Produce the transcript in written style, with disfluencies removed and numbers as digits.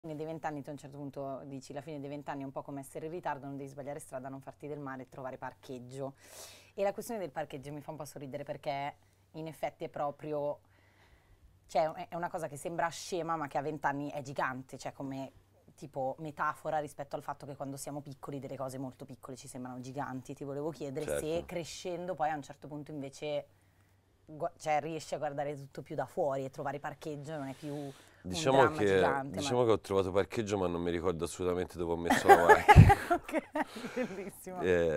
fine dei 20 anni, tu a un certo punto dici la fine dei 20 anni è un po' come essere in ritardo, non devi sbagliare strada, non farti del male e trovare parcheggio. E la questione del parcheggio mi fa un po' sorridere perché in effetti è proprio, cioè è una cosa che sembra scema ma che a 20 anni è gigante, cioè come tipo metafora rispetto al fatto che quando siamo piccoli delle cose molto piccole ci sembrano giganti. Ti volevo chiedere se Certo. crescendo poi a un certo punto invece cioè, riesci a guardare tutto più da fuori e trovare parcheggio non è più un Diciamo dramma che, gigante, ma diciamo che ho trovato parcheggio, ma non mi ricordo assolutamente dove ho messo la macchina. ok, bellissimo.